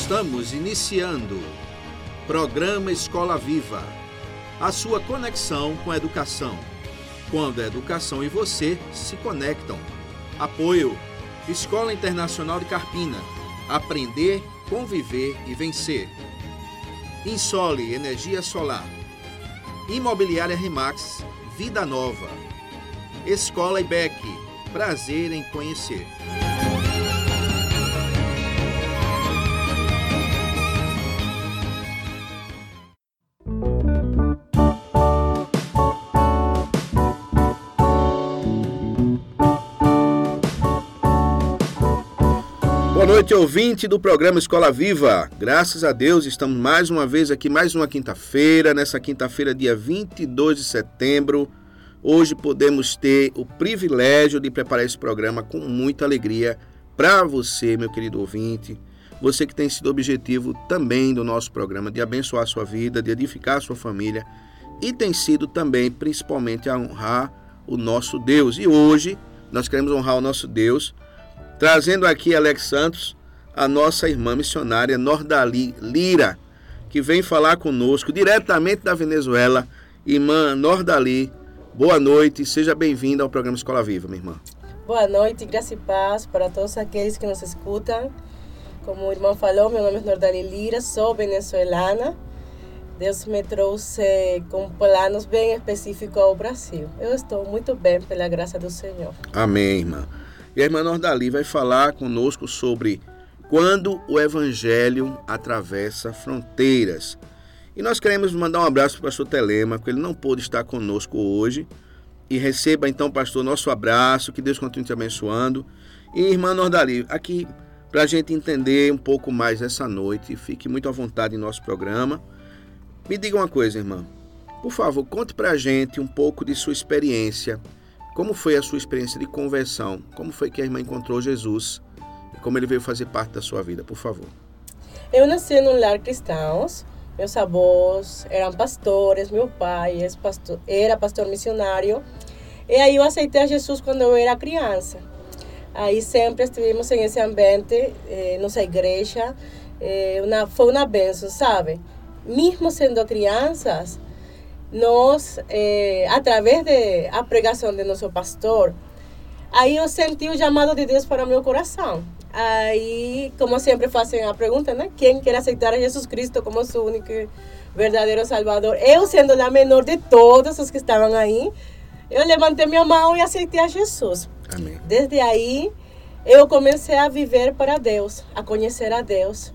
Estamos iniciando Programa Escola Viva, a sua conexão com a educação, quando a educação e você se conectam. Apoio Escola Internacional de Carpina, aprender, conviver e vencer. Insole Energia Solar, Imobiliária Remax, Vida Nova. Escola IBEC, prazer em conhecer. Boa noite, ouvinte do programa Escola Viva. Graças a Deus, estamos mais uma vez aqui, mais uma quinta-feira. Nessa quinta-feira, dia 22 de setembro, hoje podemos ter o privilégio de preparar esse programa com muita alegria para você, meu querido ouvinte. Você que tem sido objetivo também do nosso programa, de abençoar a sua vida, de edificar a sua família e tem sido também, principalmente, a honrar o nosso Deus. E hoje, nós queremos honrar o nosso Deus, trazendo aqui Alex Santos, a nossa irmã missionária Nordali Lira, que vem falar conosco diretamente da Venezuela. Irmã Nordali, boa noite, seja bem-vinda ao programa Escola Viva, minha irmã. Boa noite, graça e paz para todos aqueles que nos escutam. Como o irmão falou, meu nome é Nordali Lira, sou venezuelana. Deus me trouxe com planos bem específicos ao Brasil. Eu estou muito bem, pela graça do Senhor. Amém, irmã. E a irmã Nordali vai falar conosco sobre quando o Evangelho atravessa fronteiras. E nós queremos mandar um abraço para o pastor Telêmaco, ele não pôde estar conosco hoje. E receba então, pastor, nosso abraço, que Deus continue te abençoando. E irmã Nordali, aqui para a gente entender um pouco mais essa noite, fique muito à vontade em nosso programa. Me diga uma coisa, irmã, por favor, conte para a gente um pouco de sua experiência. Como foi a sua experiência de conversão? Como foi que a irmã encontrou Jesus? E como ele veio fazer parte da sua vida, por favor? Eu nasci num lar cristão. Meus avós eram pastores, meu pai era pastor missionário. E aí eu aceitei a Jesus quando eu era criança. Aí sempre estivemos em esse ambiente, nossa igreja. Foi uma bênção, sabe? Mesmo sendo crianças, nós, através da pregação de nosso pastor, aí eu senti o chamado de Deus para o meu coração. Aí, como sempre fazem a pergunta, né? Quem quer aceitar a Jesus Cristo como seu único verdadeiro Salvador? Eu, sendo a menor de todos os que estavam aí, eu levantei minha mão e aceitei a Jesus. Amém. Desde aí, eu comecei a viver para Deus, a conhecer a Deus.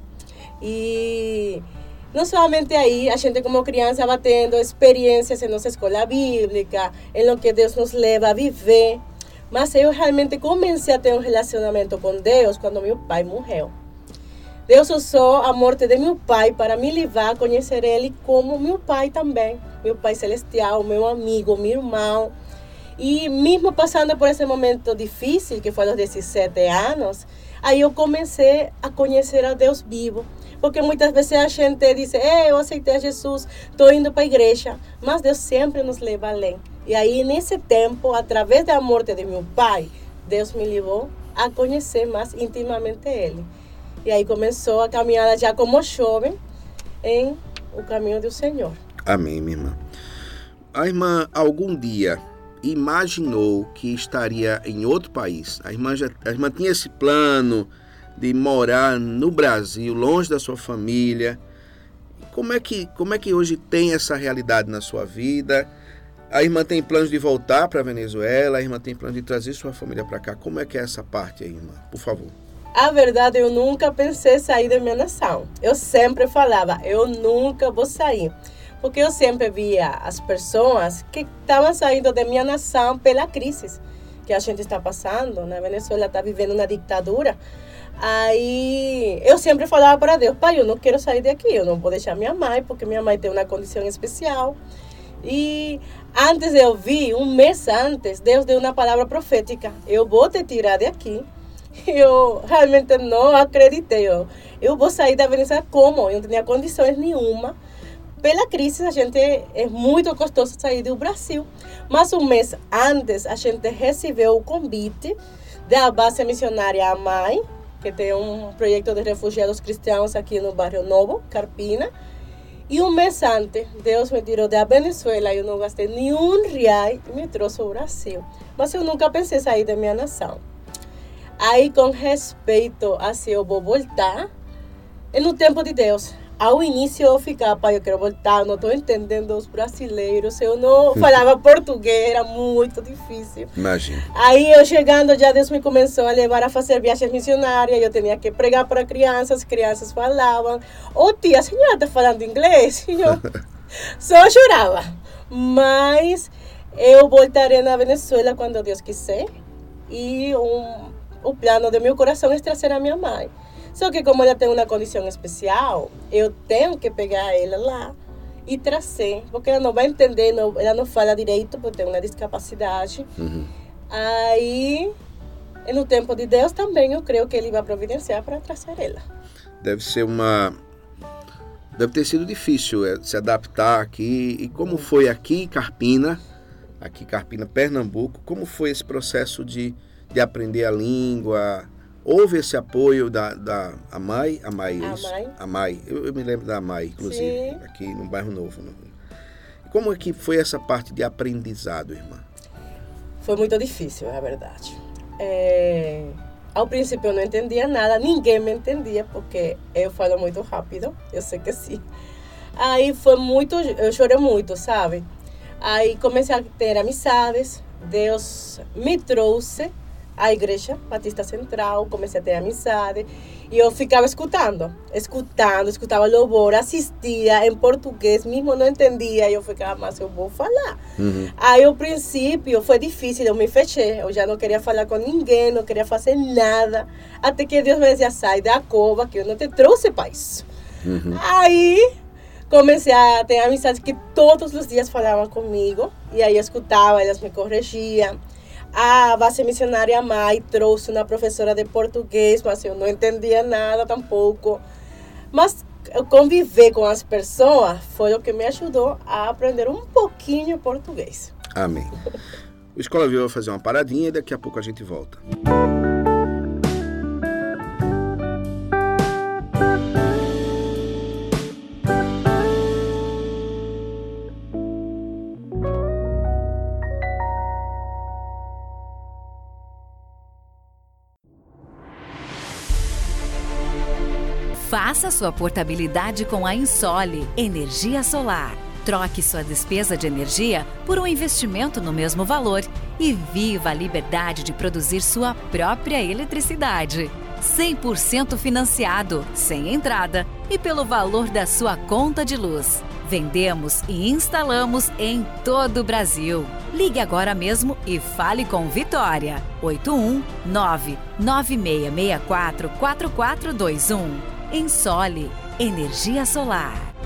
E não somente aí, a gente como criança vai tendo experiências em nossa escola bíblica, em lo que Deus nos leva a viver. Mas eu realmente comecei a ter um relacionamento com Deus quando meu pai morreu. Deus usou a morte de meu pai para me levar a conhecer Ele como meu pai também. Meu pai celestial, meu amigo, meu irmão. E mesmo passando por esse momento difícil, que foi aos 17 anos, aí eu comecei a conhecer a Deus vivo. Porque muitas vezes a gente diz, eu aceitei a Jesus, estou indo para a igreja. Mas Deus sempre nos leva além. E aí, nesse tempo, através da morte de meu pai, Deus me levou a conhecer mais intimamente Ele. E aí começou a caminhada já como jovem em o caminho do Senhor. Amém, minha irmã. A irmã, algum dia, imaginou que estaria em outro país? A irmã tinha esse plano de morar no Brasil, longe da sua família. Como é que hoje tem essa realidade na sua vida? A irmã tem planos de voltar para a Venezuela? A irmã tem planos de trazer sua família para cá? Como é que é essa parte aí, irmã? Por favor. A verdade, eu nunca pensei em sair da minha nação. Eu sempre falava, eu nunca vou sair. Porque eu sempre via as pessoas que estavam saindo da minha nação pela crise que a gente está passando. Na Venezuela está vivendo uma ditadura. Aí eu sempre falava para Deus, pai, eu não quero sair daqui, eu não vou deixar minha mãe, porque minha mãe tem uma condição especial. E antes de eu vir, um mês antes, Deus deu uma palavra profética, eu vou te tirar daqui. Eu realmente não acreditei, eu vou sair da Venezuela como? Eu não tinha condições nenhuma. Pela crise, a gente é muito custoso sair do Brasil. Mas um mês antes, a gente recebeu o convite da base missionária AMAI que tem um projeto de refugiados cristianos aqui no Bairro Novo, Carpina. E um mês antes, Deus me tirou da Venezuela, eu não gastei nenhum real e me trouxe ao Brasil. Mas eu nunca pensei sair da minha nação. Aí, com respeito a se eu vou voltar, é no tempo de Deus. Ao início eu ficava, pai, eu quero voltar, não estou entendendo os brasileiros, eu não falava português, era muito difícil. Imagina. Aí eu chegando, já Deus me começou a levar a fazer viagens missionárias, eu tinha que pregar para crianças, as crianças falavam, tia, a senhora está falando inglês? E eu só chorava. Mas eu voltarei na Venezuela quando Deus quiser, e o plano do meu coração é trazer a minha mãe. Só que como ela tem uma condição especial, eu tenho que pegar ela lá e trazer, porque ela não vai entender, ela não fala direito, porque tem uma discapacidade. Aí, no tempo de Deus também, eu creio que Ele vai providenciar para trazer ela. Deve ter sido difícil se adaptar aqui. E como foi aqui em Carpina, Pernambuco, como foi esse processo de aprender a língua? Houve esse apoio da Amai, eu me lembro da Amai, inclusive, sim, aqui no Bairro Novo. Como é que foi essa parte de aprendizado, irmã? Foi muito difícil, é a verdade. Ao princípio eu não entendia nada, ninguém me entendia, porque eu falo muito rápido, eu sei que sim. Aí eu chorei muito, sabe? Aí comecei a ter amizades, Deus me trouxe a Igreja Batista Central, comecei a ter amizade, e eu ficava escutava louvor, assistia em português, mesmo não entendia, e eu ficava, mas eu vou falar. Aí, ao princípio, foi difícil, eu me fechei, eu já não queria falar com ninguém, não queria fazer nada, até que Deus me dizia, sai da cova, que eu não te trouxe para isso. Aí, comecei a ter amizades que todos os dias falavam comigo, e aí eu escutava, elas me corrigiam. A base missionária Mai trouxe uma professora de português, mas eu não entendia nada tampouco. Mas conviver com as pessoas foi o que me ajudou a aprender um pouquinho português. Amém. O Escola Viva vai fazer uma paradinha e daqui a pouco a gente volta. Faça sua portabilidade com a Insole Energia Solar. Troque sua despesa de energia por um investimento no mesmo valor e viva a liberdade de produzir sua própria eletricidade. 100% financiado, sem entrada e pelo valor da sua conta de luz. Vendemos e instalamos em todo o Brasil. Ligue agora mesmo e fale com Vitória. 819-9664-4421. Insole Energia Solar.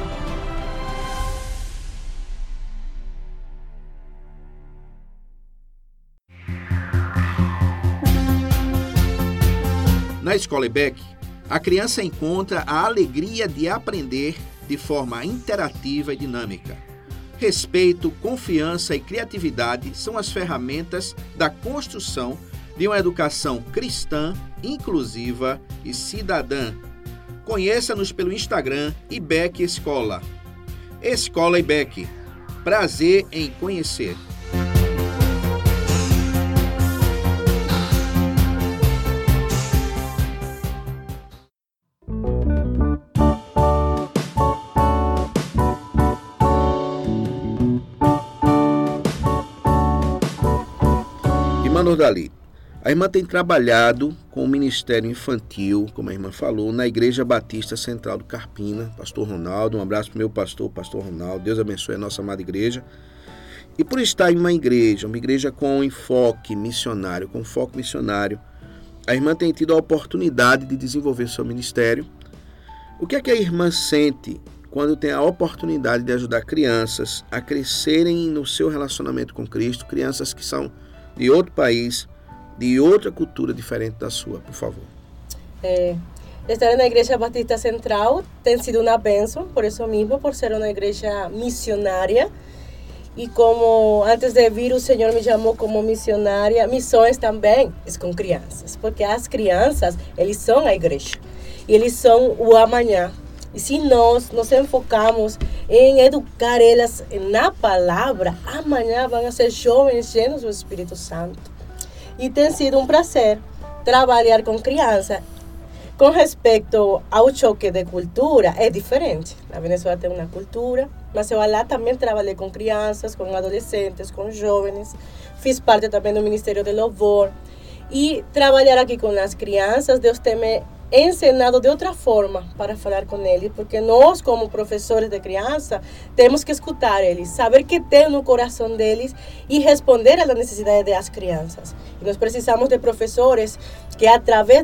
Na Escola IBEC, a criança encontra a alegria de aprender de forma interativa e dinâmica. Respeito, confiança e criatividade são as ferramentas da construção de uma educação cristã, inclusiva e cidadã. Conheça-nos pelo Instagram IBEC Escola. Escola IBEC. Prazer em conhecer. Irmã Nordali, a irmã tem trabalhado com o Ministério Infantil, como a irmã falou, na Igreja Batista Central do Carpina. Pastor Ronaldo, um abraço para o meu pastor Ronaldo. Deus abençoe a nossa amada igreja. E por estar em uma igreja com enfoque missionário, a irmã tem tido a oportunidade de desenvolver seu ministério. O que é que a irmã sente quando tem a oportunidade de ajudar crianças a crescerem no seu relacionamento com Cristo, crianças que são de outro país, de outra cultura diferente da sua, por favor? Estar na Igreja Batista Central tem sido uma bênção, por isso mesmo, por ser uma igreja missionária. Y como antes de vir o Senhor me chamou como missionária, missões também é com crianças, porque as crianças, eles são a igreja e eles são o amanhã. E se nós nos enfocamos em educar elas na palavra, amanhã vão ser jovens cheios do Espírito Santo. E tem sido um prazer trabalhar com crianças. Com respeito ao choque de cultura, é diferente. Na Venezuela tem uma cultura, mas eu lá também trabalhei com crianças, com adolescentes, com jovens. Fiz parte também do Ministério de Louvor. E trabalhar aqui com as crianças, Deus tem me ensinado de outra forma para falar com eles, porque nós, como professores de criança, temos que escutar eles, saber o que tem no coração deles e responder às necessidades das crianças. E nós precisamos de professores que, através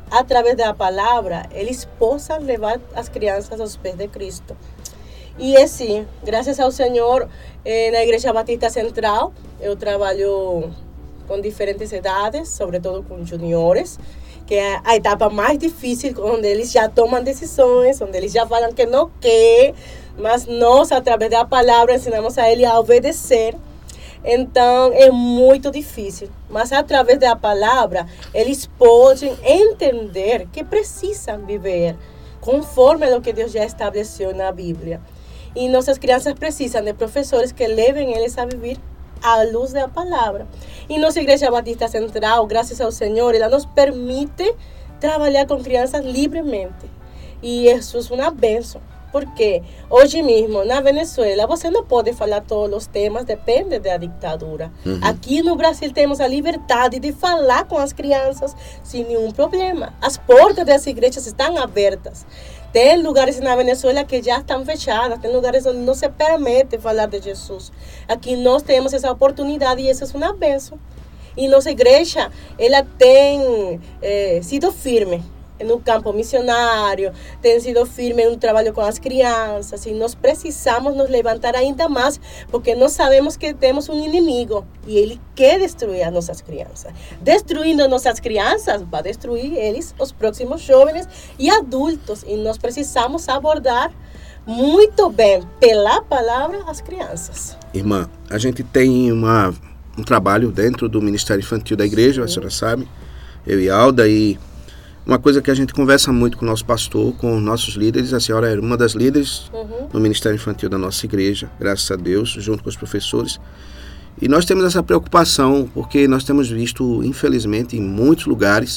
da palavra, eles possam levar as crianças aos pés de Cristo. E assim, graças ao Senhor, na Igreja Batista Central, eu trabalho com diferentes idades, sobretudo com juniores, que é a etapa mais difícil, onde eles já tomam decisões, onde eles já falam que não quer, mas nós, através da palavra, ensinamos a eles a obedecer. Então, é muito difícil, mas através da palavra, eles podem entender que precisam viver conforme o que Deus já estabeleceu na Bíblia. E nossas crianças precisam de professores que levem eles a viver à luz da palavra. E nossa Igreja Batista Central, graças ao Senhor, ela nos permite trabalhar com crianças livremente. E isso é uma bênção, porque hoje mesmo, na Venezuela, você não pode falar todos os temas, depende da ditadura. Aqui no Brasil temos a liberdade de falar com as crianças sem nenhum problema. As portas das igrejas estão abertas. Tem lugares na Venezuela que já estão fechados, tem lugares onde não se permite falar de Jesus. Aqui nós temos essa oportunidade e isso é uma bênção. E nossa igreja, ela tem sido firme no campo missionário, tem sido firme no trabalho com as crianças, e nós precisamos nos levantar ainda mais, porque nós sabemos que temos um inimigo e ele quer destruir as nossas crianças. Destruindo nossas crianças, vai destruir eles, os próximos jovens e adultos, e nós precisamos abordar muito bem, pela palavra, as crianças. Irmã, a gente tem um trabalho dentro do Ministério Infantil da igreja, sim, a senhora sabe, eu e Alda, e uma coisa que a gente conversa muito com o nosso pastor, com nossos líderes, a senhora é uma das líderes no Ministério Infantil da nossa igreja, graças a Deus, junto com os professores. E nós temos essa preocupação, porque nós temos visto, infelizmente, em muitos lugares,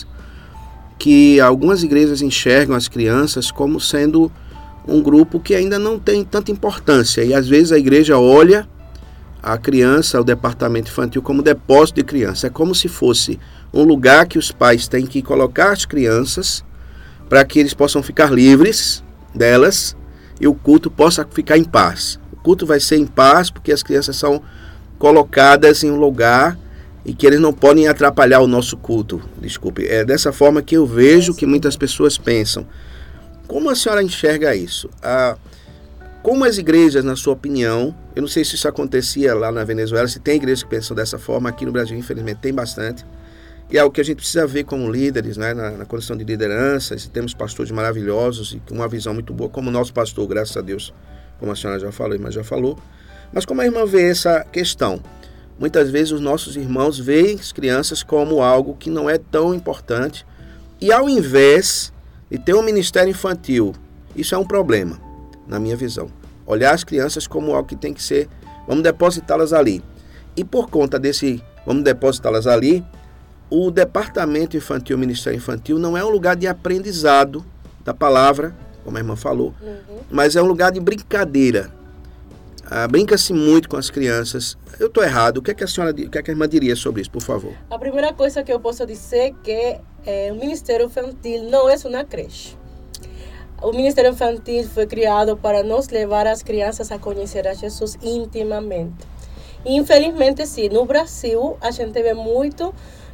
que algumas igrejas enxergam as crianças como sendo um grupo que ainda não tem tanta importância. E às vezes a igreja olha a criança, o departamento infantil, como depósito de criança. É como se fosse um lugar que os pais têm que colocar as crianças para que eles possam ficar livres delas e o culto possa ficar em paz. O culto vai ser em paz porque as crianças são colocadas em um lugar e que eles não podem atrapalhar o nosso culto. Desculpe, é dessa forma que eu vejo que muitas pessoas pensam. Como a senhora enxerga isso? Como as igrejas, na sua opinião, eu não sei se isso acontecia lá na Venezuela, se tem igrejas que pensam dessa forma, aqui no Brasil, infelizmente, tem bastante. E é o que a gente precisa ver como líderes, né, na condição de lideranças, e temos pastores maravilhosos e com uma visão muito boa, como o nosso pastor, graças a Deus, como a senhora já falou, mas já falou. Mas como a irmã vê essa questão? Muitas vezes os nossos irmãos veem as crianças como algo que não é tão importante, e ao invés de ter um ministério infantil, isso é um problema, na minha visão. Olhar as crianças como algo que tem que ser, vamos depositá-las ali. E por conta desse, vamos depositá-las ali, o departamento infantil, o Ministério Infantil, não é um lugar de aprendizado da palavra, como a irmã falou, mas é um lugar de brincadeira. Brinca-se muito com as crianças. Eu estou errado. O que é que a irmã diria sobre isso, por favor? A primeira coisa que eu posso dizer é que o Ministério Infantil não é uma creche. O Ministério Infantil foi criado para nos levar as crianças a conhecer a Jesus intimamente. E, infelizmente, sim, no Brasil a gente vê muito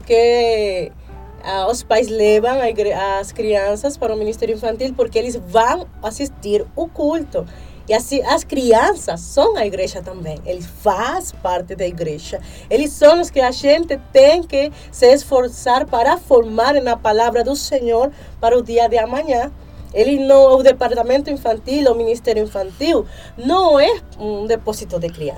que os pais levam as crianças para o Ministério Infantil porque eles vão assistir o culto. E assim, as crianças são a igreja também, eles fazem parte da igreja. Eles são os que a gente tem que se esforçar para formar na palavra do Senhor para o dia de amanhã. O departamento infantil, o Ministério Infantil, não é um depósito de criança.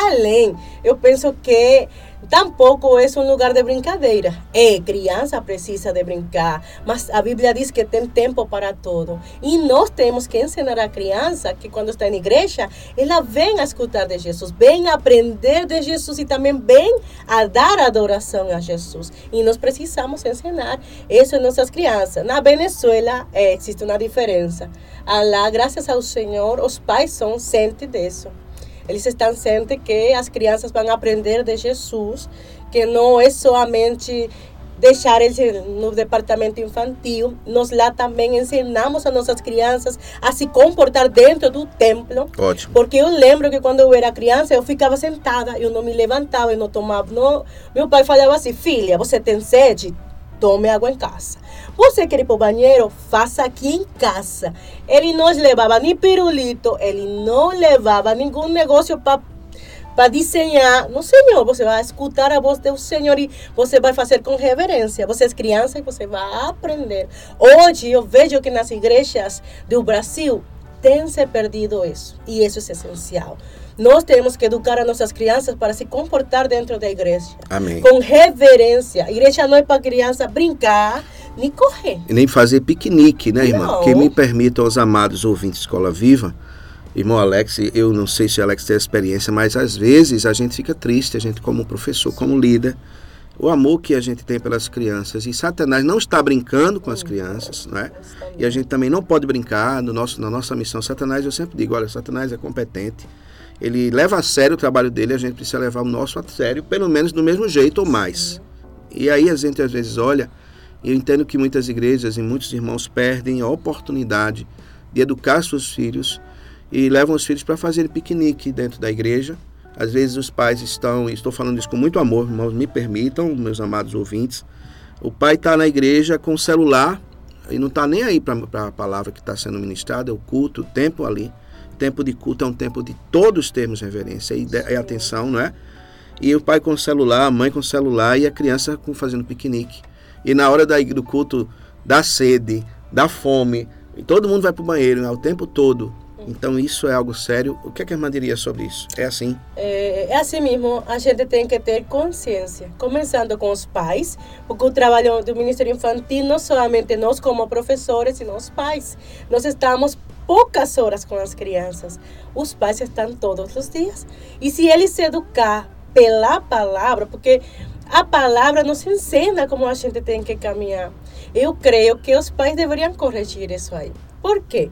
além, eu penso que tampouco é um lugar de brincadeira. Criança precisa de brincar, mas a Bíblia diz que tem tempo para tudo. E nós temos que ensinar a criança que quando está na igreja, ela vem a escutar de Jesus, vem a aprender de Jesus e também vem a dar adoração a Jesus. E nós precisamos ensinar isso às nossas crianças. Na Venezuela existe uma diferença. Lá, graças ao Senhor, os pais são cientes disso. Eles estão cientes que as crianças vão aprender de Jesus, que não é somente deixar eles no departamento infantil. Nós lá também ensinamos as nossas crianças a se comportar dentro do templo. Ótimo. Porque eu lembro que quando eu era criança, eu ficava sentada, eu não me levantava, eu não tomava. Não. Meu pai falava assim: filha, você tem sede? Tome água em casa. Você quer ir para o banheiro? Faça aqui em casa. Ele não levava nem pirulito, ele não levava nenhum negócio para desenhar. Não, Senhor, você vai escutar a voz do Senhor e você vai fazer com reverência. Você é criança e você vai aprender. Hoje eu vejo que nas igrejas do Brasil tem se perdido isso. E isso é essencial. Nós temos que educar as nossas crianças para se comportar dentro da igreja. Amém. Com reverência. A igreja não é para criança brincar nem correr. E nem fazer piquenique, né, irmã? Não. Que me permita aos amados ouvintes de Escola Viva, irmão Alex, eu não sei se o Alex tem experiência, mas às vezes a gente fica triste, a gente como professor, como líder, o amor que a gente tem pelas crianças. E Satanás não está brincando com as crianças, né? E a gente também não pode brincar na nossa missão. Satanás, eu sempre digo, olha, Satanás é competente. Ele leva a sério o trabalho dele, a gente precisa levar o nosso a sério, pelo menos do mesmo jeito ou mais. E aí a gente às vezes olha, e eu entendo que muitas igrejas e muitos irmãos perdem a oportunidade de educar seus filhos e levam os filhos para fazer piquenique dentro da igreja. Às vezes os pais estão, e estou falando isso com muito amor, irmãos, me permitam, meus amados ouvintes, o pai está na igreja com o celular e não está nem aí para a palavra que está sendo ministrada, o culto, o tempo ali. Tempo de culto é um tempo de todos termos reverência e atenção, não é? E o pai com o celular, a mãe com o celular e a criança fazendo piquenique. E na hora do culto, dá sede, dá fome, e todo mundo vai para o banheiro o tempo todo. Então isso é algo sério. O que a irmã diria sobre isso? É assim? É assim mesmo, a gente tem que ter consciência, começando com os pais, porque o trabalho do Ministério Infantil não somente nós como professores, sino os pais. Nós estamos poucas horas com as crianças, os pais estão todos os dias. E se eles se educar pela palavra, porque a palavra nos ensina como a gente tem que caminhar, eu creio que os pais deveriam corrigir isso aí. Por quê?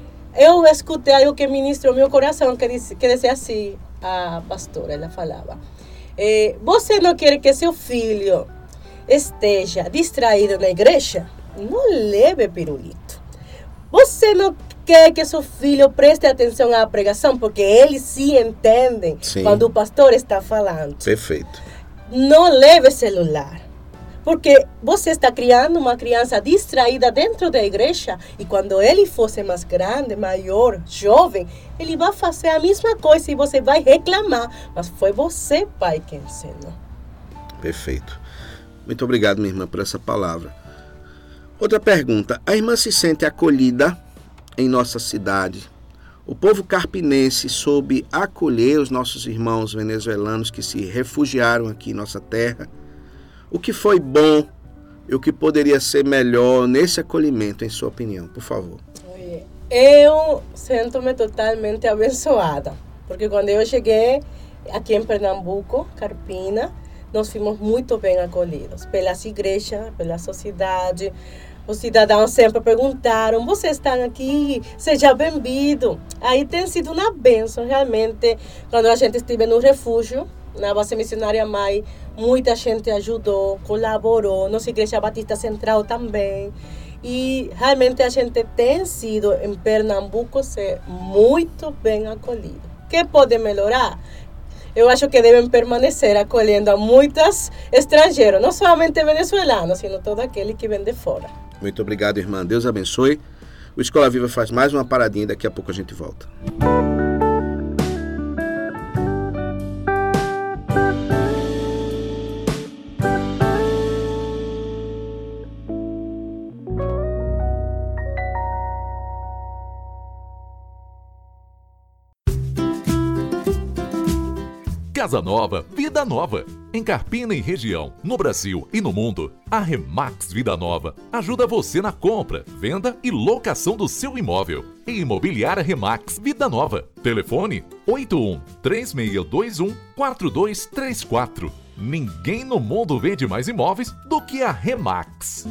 Eu escutei algo que ministrou meu coração, que dizia assim, a pastora, ela falava, você não quer que seu filho esteja distraído na igreja? Não leve pirulito. Você não quer que seu filho preste atenção à pregação? Porque eles se entendem quando o pastor está falando. Perfeito. Não leve celular. Porque você está criando uma criança distraída dentro da igreja e quando ele fosse mais grande, maior, jovem, ele vai fazer a mesma coisa e você vai reclamar. Mas foi você, pai, que ensinou. Perfeito. Muito obrigado, minha irmã, por essa palavra. Outra pergunta. A irmã se sente acolhida em nossa cidade? O povo carpinense soube acolher os nossos irmãos venezuelanos que se refugiaram aqui em nossa terra? O que foi bom e o que poderia ser melhor nesse acolhimento, em sua opinião, por favor? Eu sinto-me totalmente abençoada, porque quando eu cheguei aqui em Pernambuco, Carpina, nós fomos muito bem acolhidos pelas igrejas, pela sociedade. Os cidadãos sempre perguntaram, vocês estão aqui? Seja bem-vindo. Aí tem sido uma bênção, realmente, quando a gente esteve no refúgio, na base missionária Mãe, muita gente ajudou, colaborou, nossa Igreja Batista Central também. E realmente a gente tem sido, em Pernambuco, ser muito bem acolhido. O que pode melhorar? Eu acho que devem permanecer acolhendo a muitos estrangeiros, não somente venezuelanos, sino todo aquele que vem de fora. Muito obrigado, irmã. Deus abençoe. O Escola Viva faz mais uma paradinha, daqui a pouco a gente volta. Casa nova, vida nova. Em Carpina e região, no Brasil e no mundo, a Remax Vida Nova ajuda você na compra, venda e locação do seu imóvel. Imobiliária Remax Vida Nova. Telefone 81-3621-4234. Ninguém no mundo vende mais imóveis do que a Remax.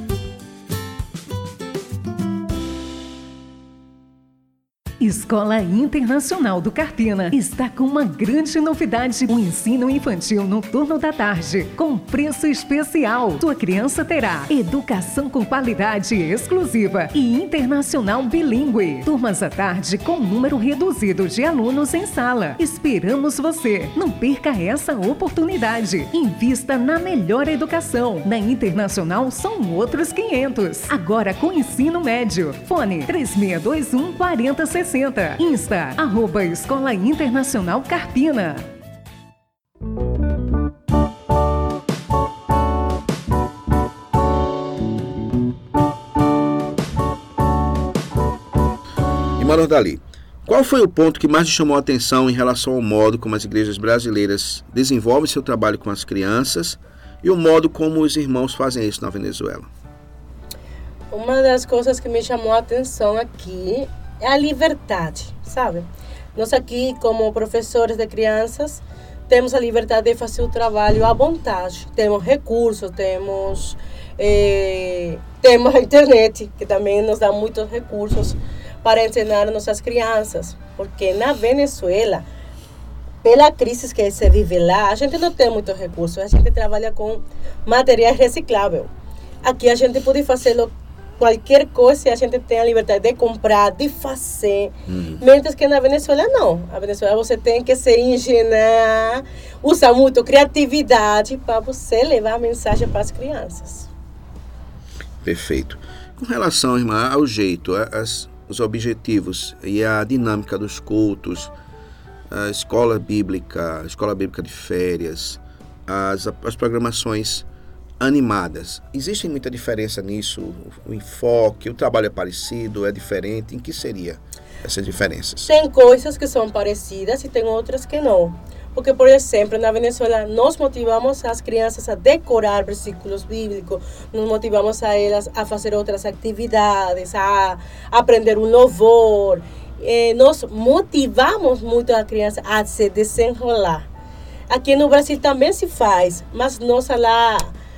Escola Internacional do Carpina está com uma grande novidade: o ensino infantil no turno da tarde, com preço especial. Sua criança terá educação com qualidade exclusiva e internacional bilíngue. Turmas à tarde com número reduzido de alunos em sala. Esperamos você. Não perca essa oportunidade. Invista na melhor educação. Na Internacional são outros 500. Agora com ensino médio. Fone 3621 4060. Insta, @Escola Internacional Carpina. Irmã Nordali, qual foi o ponto que mais te chamou a atenção em relação ao modo como as igrejas brasileiras desenvolvem seu trabalho com as crianças e o modo como os irmãos fazem isso na Venezuela? Uma das coisas que me chamou a atenção aqui é a liberdade, sabe? Nós aqui, como professores de crianças, temos a liberdade de fazer o trabalho à vontade. Temos recursos, temos a internet, que também nos dá muitos recursos para ensinar nossas crianças. Porque na Venezuela, pela crise que se vive lá, a gente não tem muitos recursos. A gente trabalha com materiais recicláveis. Aqui a gente pode fazê-lo qualquer coisa, a gente tem a liberdade de comprar, de fazer. Mientras que na Venezuela não. Na Venezuela você tem que se enganar, usar muito criatividade para você levar a mensagem para as crianças. Perfeito. Com relação, irmã, ao jeito, os objetivos e a dinâmica dos cultos, a escola bíblica de férias, as programações animadas. Existe muita diferença nisso? O enfoque, o trabalho é parecido, é diferente? Em que seria essas diferenças? Tem coisas que são parecidas e tem outras que não. Porque, por exemplo, na Venezuela, nós motivamos as crianças a decorar versículos bíblicos, nós motivamos a elas a fazer outras atividades, a aprender um louvor. Nós motivamos muito a criança a se desenrolar. Aqui no Brasil também se faz, mas nós lá,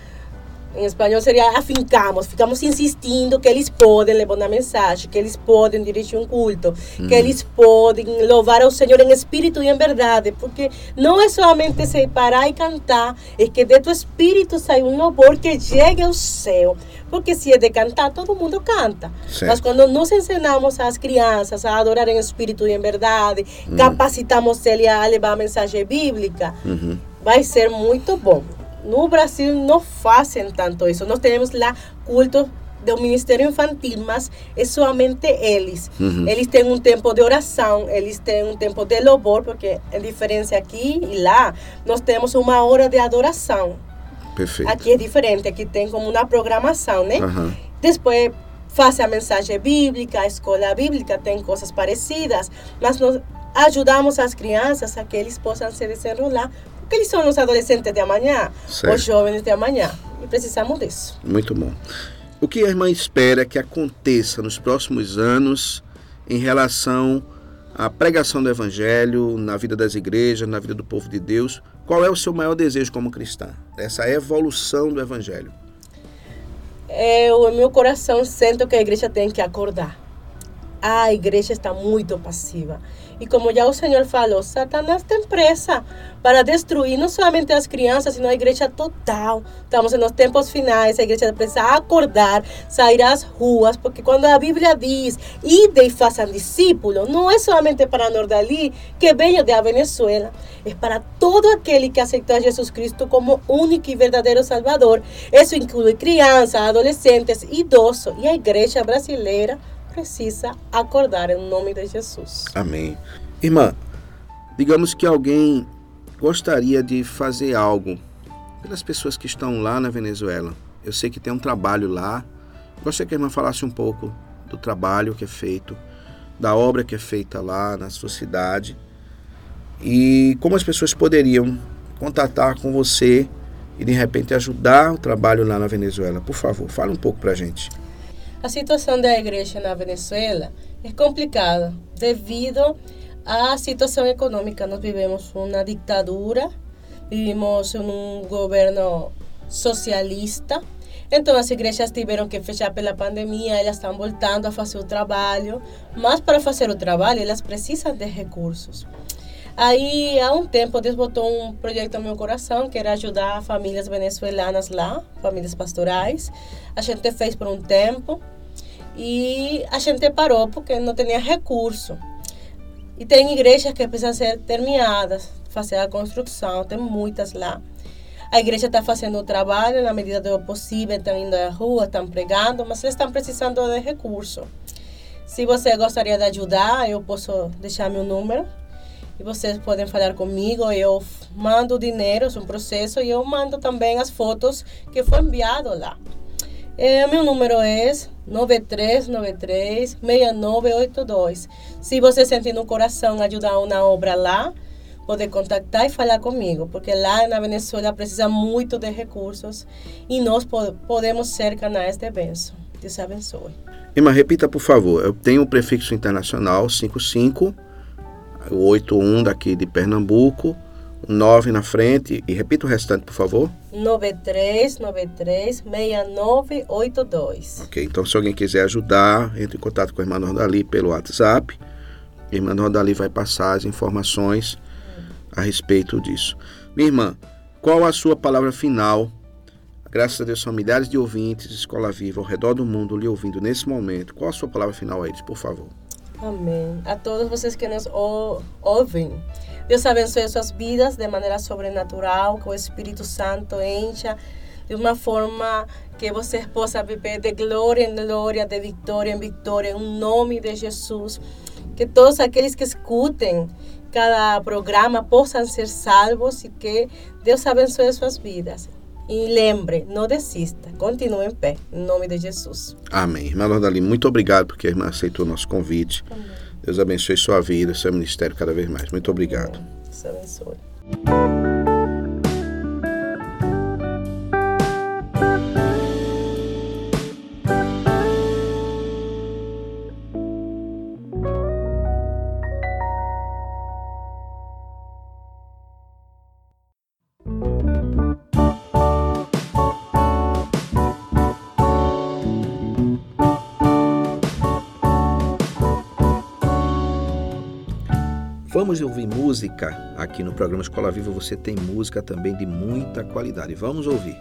em espanhol seria afincamos, ficamos insistindo que eles podem levar uma mensagem, que eles podem dirigir um culto, que eles podem louvar ao Senhor em espírito e em verdade, porque não é somente se parar e cantar, é que de tu espírito sai um louvor que chegue ao céu, porque se é de cantar, todo mundo canta. Certo. Mas quando nós ensinamos às crianças a adorar em espírito e em verdade, capacitamos ele a levar a mensagem bíblica, vai ser muito bom. No Brasil não fazem tanto isso. Nós temos lá cultos do Ministério Infantil, mas é somente eles. Eles têm um tempo de oração, eles têm um tempo de louvor, porque a diferença aqui e lá, nós temos uma hora de adoração. Perfeito. Aqui é diferente, aqui tem como uma programação, né? Depois faz a mensagem bíblica, a escola bíblica tem coisas parecidas, mas nós ajudamos as crianças a que eles possam se desenrolar, porque eles são os adolescentes de amanhã, certo, os jovens de amanhã, e precisamos disso. Muito bom. O que a irmã espera que aconteça nos próximos anos em relação à pregação do Evangelho na vida das igrejas, na vida do povo de Deus? Qual é o seu maior desejo como cristã? Essa evolução do Evangelho. O meu coração sente que a igreja tem que acordar. A igreja está muito passiva. E como já o Senhor falou, Satanás tem pressa para destruir não somente as crianças, sino a igreja total. Estamos nos tempos finais, a igreja precisa acordar, sair às ruas, porque quando a Bíblia diz, ide e façam discípulos, não é somente para Nordali, que veio da Venezuela, é para todo aquele que aceitou a Jesus Cristo como único e verdadeiro Salvador. Isso inclui crianças, adolescentes, idosos, e a igreja brasileira precisa acordar em nome de Jesus. Amém. Irmã, digamos que alguém gostaria de fazer algo pelas pessoas que estão lá na Venezuela. Eu sei que tem um trabalho lá. Gostaria que a irmã falasse um pouco do trabalho que é feito, da obra que é feita lá na sua cidade. e como as pessoas poderiam contatar com você e de repente ajudar o trabalho lá na Venezuela. Por favor, fale um pouco para a gente. A situação da igreja na Venezuela é complicada devido à situação econômica. Nós vivemos uma ditadura, vivimos em um governo socialista. Então as igrejas tiveram que fechar pela pandemia, elas estão voltando a fazer o trabalho, mas para fazer o trabalho elas precisam de recursos. Aí, há um tempo, Deus botou um projeto no meu coração, que era ajudar famílias venezuelanas lá, famílias pastorais. A gente fez por um tempo e a gente parou porque não tinha recurso. E tem igrejas que precisam ser terminadas, fazer a construção, tem muitas lá. A igreja está fazendo o trabalho na medida do possível, estão indo à rua, estão pregando, mas eles estão precisando de recurso. Se você gostaria de ajudar, eu posso deixar meu número. E vocês podem falar comigo, eu mando o dinheiro, é um processo, e eu mando também as fotos que foi enviado lá. Meu número é 9393-6982. Se você sentir no coração ajudar uma obra lá, pode contactar e falar comigo, porque lá na Venezuela precisa muito de recursos e nós podemos ser canais de bênção. Deus abençoe. Irmã, repita, por favor. Eu tenho o prefixo internacional 55, o 81 daqui de Pernambuco, 9 na frente, e repita o restante, por favor. 9393-6982. Ok, então se alguém quiser ajudar, entre em contato com a irmã Nordali pelo WhatsApp. A irmã Nordali vai passar as informações a respeito disso. Minha irmã, qual a sua palavra final? Graças a Deus são milhares de ouvintes de Escola Viva ao redor do mundo lhe ouvindo nesse momento. Qual a sua palavra final a eles, por favor? Amém. A todos vocês que nos ouvem, Deus abençoe suas vidas de maneira sobrenatural, que o Espírito Santo encha de uma forma que você possa viver de glória em glória, de vitória em vitória, em nome de Jesus. Que todos aqueles que escutem cada programa possam ser salvos e que Deus abençoe suas vidas. E lembre, não desista, continue em pé, em nome de Jesus. Amém. Irmã Nordali, muito obrigado porque a irmã aceitou o nosso convite. Amém. Deus abençoe sua vida, seu ministério cada vez mais. Muito obrigado. Amém. Deus abençoe. Vamos ouvir música aqui no programa Escola Viva. Você tem música também de muita qualidade. Vamos ouvir.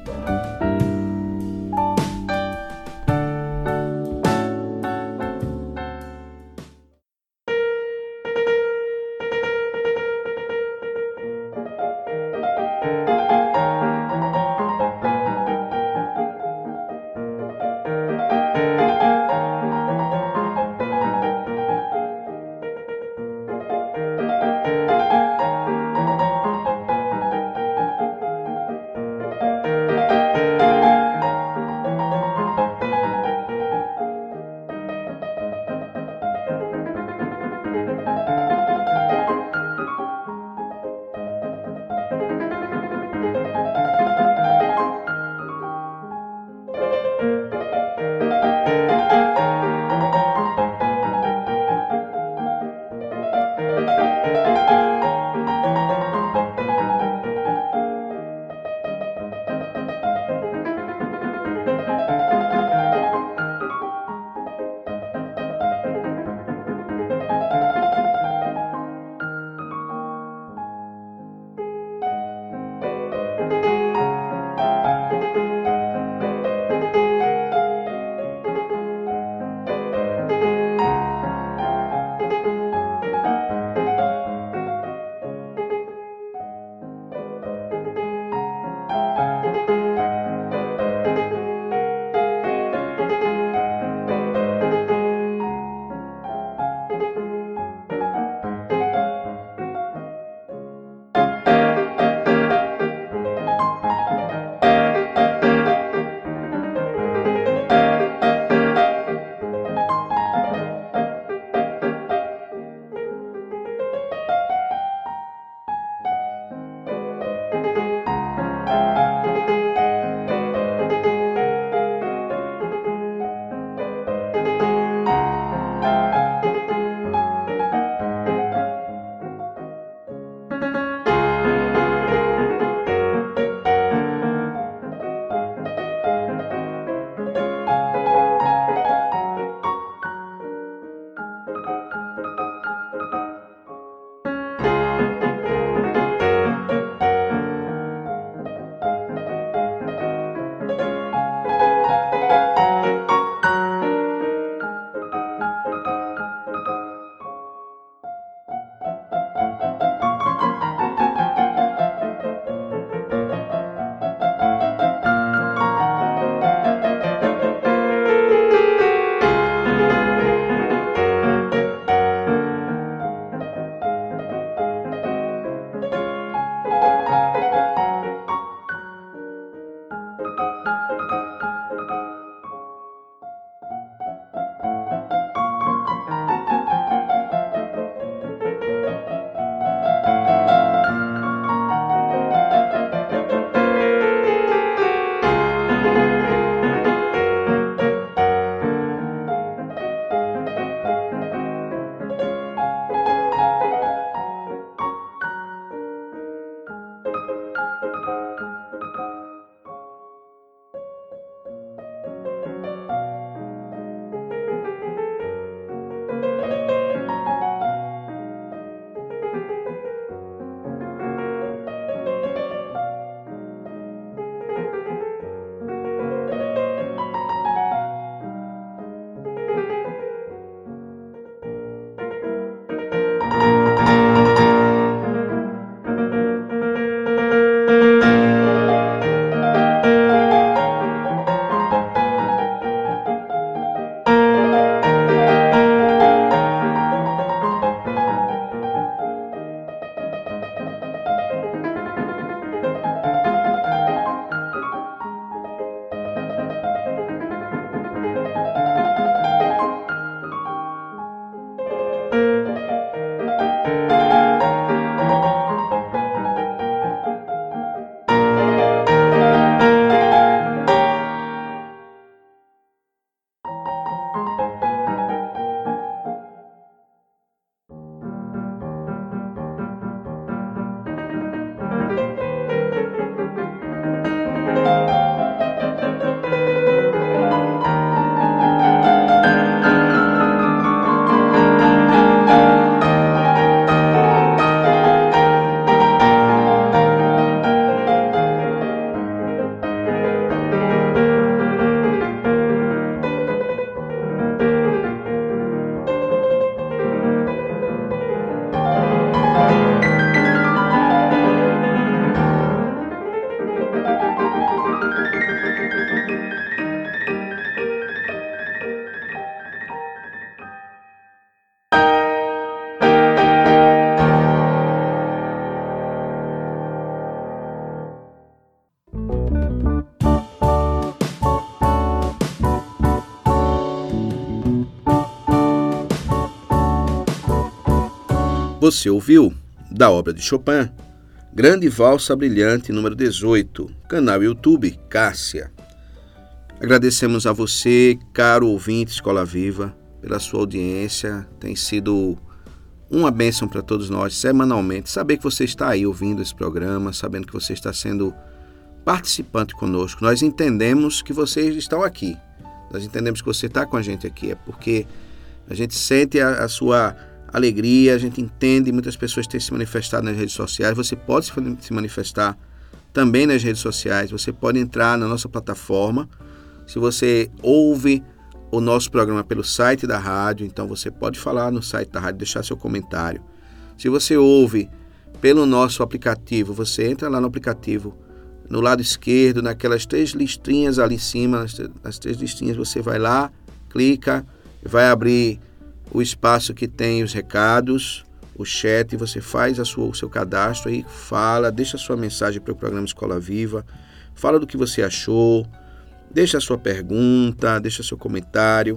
Você ouviu, da obra de Chopin, Grande Valsa Brilhante, número 18, canal YouTube Cássia. Agradecemos a você, caro ouvinte Escola Viva, pela sua audiência. Tem sido uma bênção para todos nós, semanalmente, saber que você está aí ouvindo esse programa, sabendo que você está sendo participante conosco. Nós entendemos que vocês estão aqui, nós entendemos que você está com a gente aqui, é porque a gente sente a sua alegria, a gente entende, muitas pessoas têm se manifestado nas redes sociais, você pode se manifestar também nas redes sociais, você pode entrar na nossa plataforma. Se você ouve o nosso programa pelo site da rádio, então você pode falar no site da rádio, deixar seu comentário. Se você ouve pelo nosso aplicativo, você entra lá no aplicativo, no lado esquerdo, naquelas 3 listrinhas ali em cima, as 3 listrinhas, você vai lá, clica, vai abrir o espaço que tem os recados, o chat, você faz o seu cadastro aí, fala, deixa a sua mensagem para o programa Escola Viva, fala do que você achou, deixa a sua pergunta, deixa seu comentário.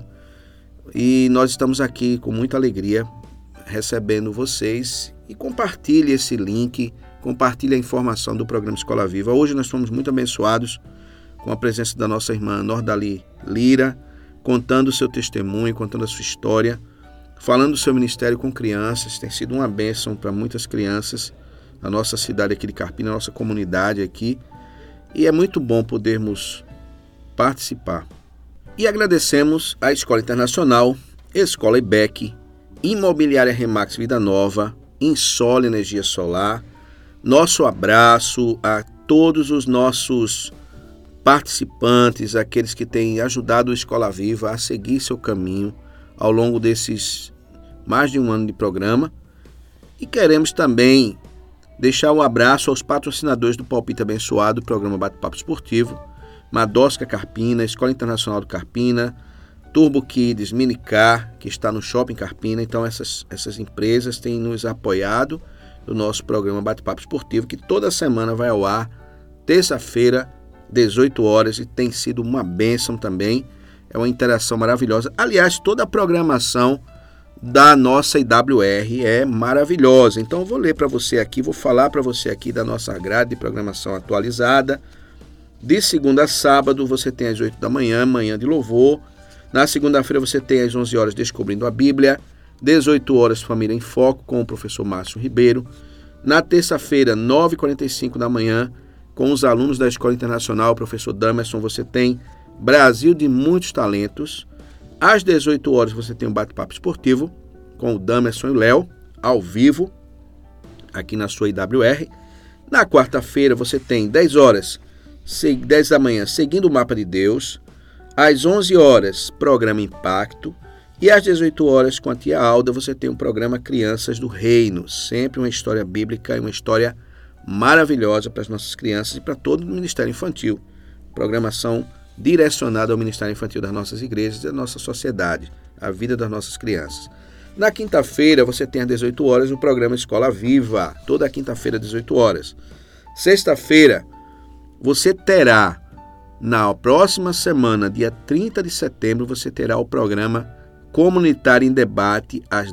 E nós estamos aqui com muita alegria recebendo vocês, e compartilhe esse link, compartilhe a informação do programa Escola Viva. Hoje nós fomos muito abençoados com a presença da nossa irmã Nordali Lira, contando o seu testemunho, contando a sua história, falando do seu ministério com crianças. Tem sido uma bênção para muitas crianças na nossa cidade aqui de Carpina, na nossa comunidade aqui, e é muito bom podermos participar. E agradecemos à Escola Internacional, Escola IBEC, Imobiliária Remax Vida Nova, Insole Energia Solar. Nosso abraço a todos os nossos participantes, aqueles que têm ajudado a Escola Viva a seguir seu caminho ao longo desses mais de um ano de programa. E queremos também deixar um abraço aos patrocinadores do Palpite Abençoado, do programa Bate-Papo Esportivo, Madosca Carpina, Escola Internacional do Carpina, Turbo Kids, Minicar, que está no Shopping Carpina. Então essas empresas têm nos apoiado no nosso programa Bate-Papo Esportivo, que toda semana vai ao ar, terça-feira, 18 horas, e tem sido uma bênção também. É uma interação maravilhosa. Aliás, toda a programação da nossa IWR é maravilhosa. Então eu vou ler para você aqui, vou falar para você aqui da nossa grade de programação atualizada. De segunda a sábado você tem às 8 da manhã, manhã de louvor. Na segunda-feira você tem às 11 horas Descobrindo a Bíblia. 18 horas Família em Foco com o professor Márcio Ribeiro. Na terça-feira, 9h45 da manhã, com os alunos da Escola Internacional, o professor Damerson, você tem Brasil de Muitos Talentos. Às 18 horas você tem um bate-papo esportivo com o Damerson e o Léo, ao vivo, aqui na sua IWR. Na quarta-feira você tem 10 horas, 10 da manhã, Seguindo o Mapa de Deus. Às 11 horas, programa Impacto. E às 18 horas, com a tia Alda, você tem o programa Crianças do Reino. Sempre uma história bíblica e uma história maravilhosa para as nossas crianças e para todo o Ministério Infantil. Programação direcionada ao Ministério Infantil das nossas igrejas e da nossa sociedade, a vida das nossas crianças. Na quinta-feira, você tem às 18 horas o programa Escola Viva, toda quinta-feira às 18 horas. Sexta-feira, você terá, na próxima semana, dia 30 de setembro, você terá o programa Comunitário em Debate às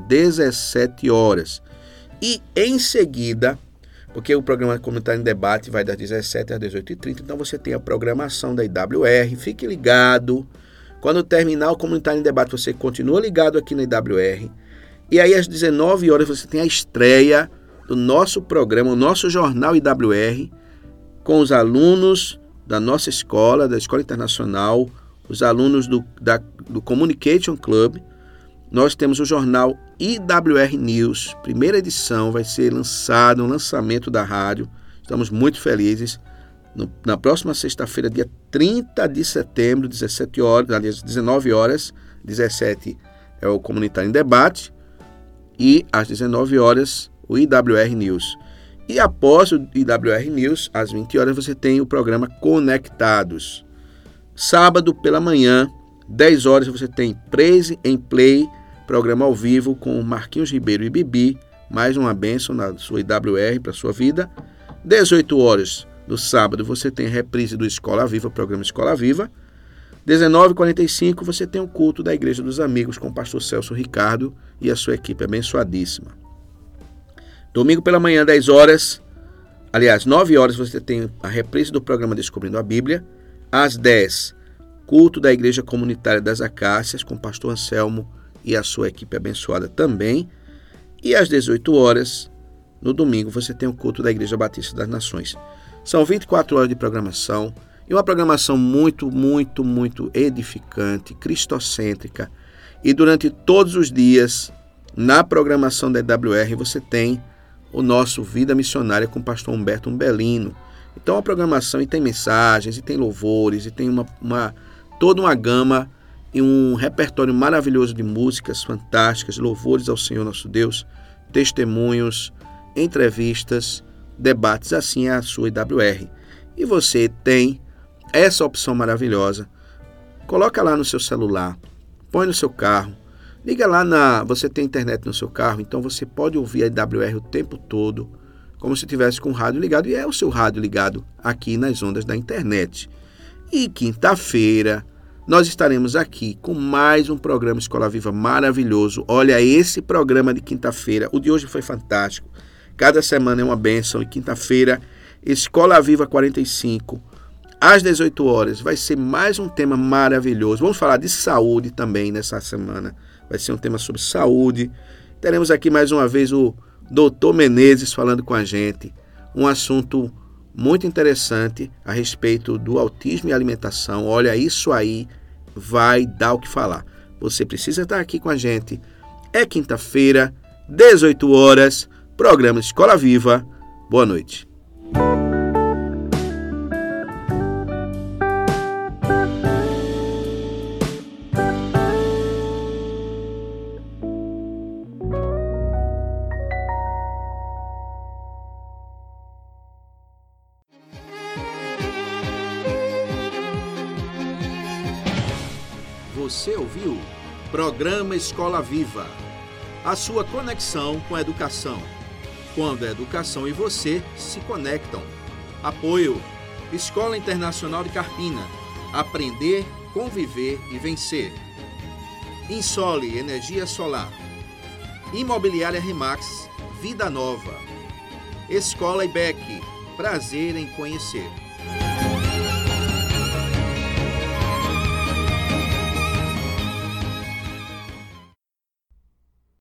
17 horas. E em seguida, porque o programa Comunitário em Debate vai das 17 às 18h30, então você tem a programação da IWR, fique ligado. Quando terminar o Comunitário em Debate, você continua ligado aqui na IWR. E aí às 19 horas você tem a estreia do nosso programa, o nosso jornal IWR, com os alunos da nossa escola, da Escola Internacional, os alunos do Communication Club. Nós temos o jornal IWR News, primeira edição, vai ser lançado, um lançamento da rádio. Estamos muito felizes. Na próxima sexta-feira, dia 30 de setembro, 17 horas, aliás, 19 horas, 17 é o Comunitário em Debate, e às 19 horas o IWR News. E após o IWR News, às 20 horas, você tem o programa Conectados. Sábado pela manhã, 10 horas, você tem Praise and Play, programa ao vivo com Marquinhos Ribeiro e Bibi, mais uma bênção na sua IWR para a sua vida. 18 horas do sábado você tem a reprise do Escola Viva, programa Escola Viva. 19h45 você tem o culto da Igreja dos Amigos com o pastor Celso Ricardo e a sua equipe abençoadíssima. Domingo pela manhã, 10 horas. Aliás, 9 horas você tem a reprise do programa Descobrindo a Bíblia. Às 10, culto da Igreja Comunitária das Acácias, com o pastor Anselmo e a sua equipe abençoada também. E às 18 horas, no domingo, você tem o culto da Igreja Batista das Nações. São 24 horas de programação e uma programação muito, muito, muito edificante, cristocêntrica. E durante todos os dias, na programação da EWR, você tem o nosso Vida Missionária com o pastor Humberto Umbelino. Então, a programação e tem mensagens, e tem louvores, e tem toda uma gama e um repertório maravilhoso de músicas fantásticas, louvores ao Senhor nosso Deus, testemunhos, entrevistas, debates, assim é a sua EWR. E você tem essa opção maravilhosa. Coloca lá no seu celular, põe no seu carro, liga lá você tem internet no seu carro, então você pode ouvir a EWR o tempo todo, como se tivesse com o rádio ligado, e é o seu rádio ligado aqui nas ondas da internet. E quinta-feira nós estaremos aqui com mais um programa Escola Viva maravilhoso. Olha, esse programa de quinta-feira, o de hoje foi fantástico. Cada semana é uma bênção, e quinta-feira, Escola Viva 45, às 18 horas, vai ser mais um tema maravilhoso. Vamos falar de saúde também nessa semana. Vai ser um tema sobre saúde. Teremos aqui mais uma vez o Dr. Menezes falando com a gente. Um assunto muito interessante a respeito do autismo e alimentação. Olha, isso aí vai dar o que falar. Você precisa estar aqui com a gente. É quinta-feira, 18 horas, programa Escola Viva. Boa noite. Você ouviu? Programa Escola Viva. A sua conexão com a educação. Quando a educação e você se conectam. Apoio: Escola Internacional de Carpina. Aprender, conviver e vencer. Insole Energia Solar. Imobiliária Remax. Vida Nova. Escola IBEC. Prazer em conhecer.